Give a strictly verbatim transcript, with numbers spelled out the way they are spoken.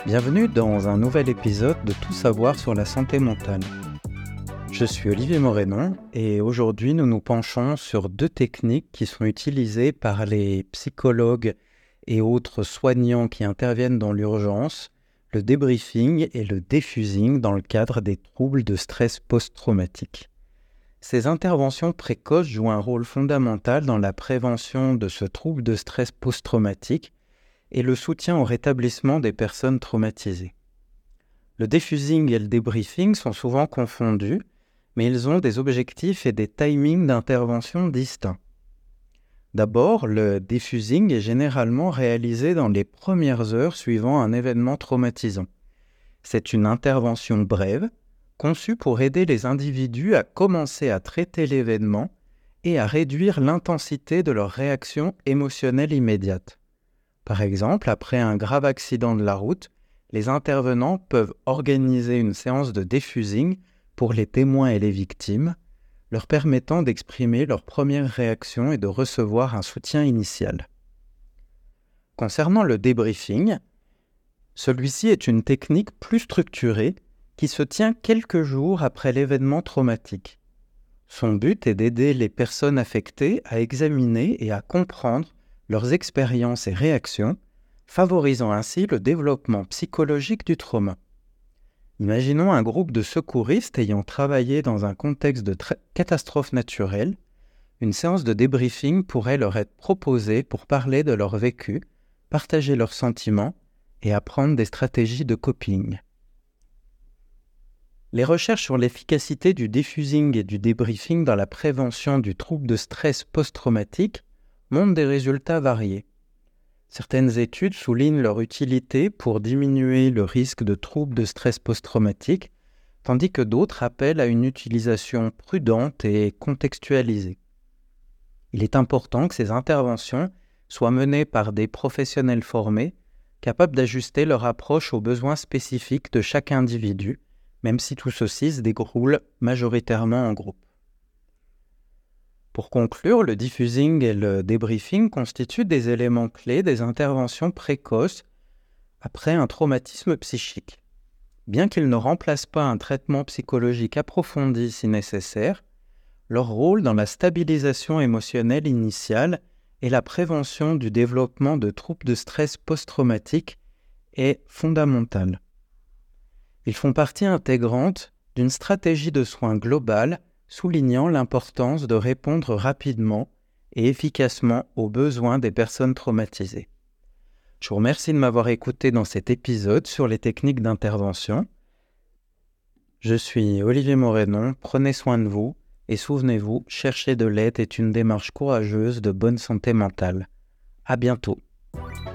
Bienvenue dans un nouvel épisode de Tout savoir sur la santé mentale. Je suis Olivier Morénon et aujourd'hui nous nous penchons sur deux techniques qui sont utilisées par les psychologues et autres soignants qui interviennent dans l'urgence, le débriefing et le diffusing dans le cadre des troubles de stress post-traumatique. Ces interventions précoces jouent un rôle fondamental dans la prévention de ce trouble de stress post-traumatique et le soutien au rétablissement des personnes traumatisées. Le diffusing et le débriefing sont souvent confondus, mais ils ont des objectifs et des timings d'intervention distincts. D'abord, le diffusing est généralement réalisé dans les premières heures suivant un événement traumatisant. C'est une intervention brève, conçue pour aider les individus à commencer à traiter l'événement et à réduire l'intensité de leur réaction émotionnelle immédiate. Par exemple, après un grave accident de la route, les intervenants peuvent organiser une séance de diffusing pour les témoins et les victimes, leur permettant d'exprimer leurs premières réactions et de recevoir un soutien initial. Concernant le débriefing, celui-ci est une technique plus structurée qui se tient quelques jours après l'événement traumatique. Son but est d'aider les personnes affectées à examiner et à comprendre leurs expériences et réactions, favorisant ainsi le développement psychologique du trauma. Imaginons un groupe de secouristes ayant travaillé dans un contexte de tra- catastrophe naturelle. Une séance de débriefing pourrait leur être proposée pour parler de leur vécu, partager leurs sentiments et apprendre des stratégies de coping. Les recherches sur l'efficacité du diffusing et du débriefing dans la prévention du trouble de stress post-traumatique montrent des résultats variés. Certaines études soulignent leur utilité pour diminuer le risque de troubles de stress post-traumatique, tandis que d'autres appellent à une utilisation prudente et contextualisée. Il est important que ces interventions soient menées par des professionnels formés, capables d'ajuster leur approche aux besoins spécifiques de chaque individu, même si tout ceci se déroule majoritairement en groupe. Pour conclure, le diffusing et le débriefing constituent des éléments clés des interventions précoces après un traumatisme psychique. Bien qu'ils ne remplacent pas un traitement psychologique approfondi si nécessaire, leur rôle dans la stabilisation émotionnelle initiale et la prévention du développement de troubles de stress post-traumatique est fondamental. Ils font partie intégrante d'une stratégie de soins globale soulignant l'importance de répondre rapidement et efficacement aux besoins des personnes traumatisées. Je vous remercie de m'avoir écouté dans cet épisode sur les techniques d'intervention. Je suis Olivier Morénon, prenez soin de vous et souvenez-vous, chercher de l'aide est une démarche courageuse de bonne santé mentale. À bientôt.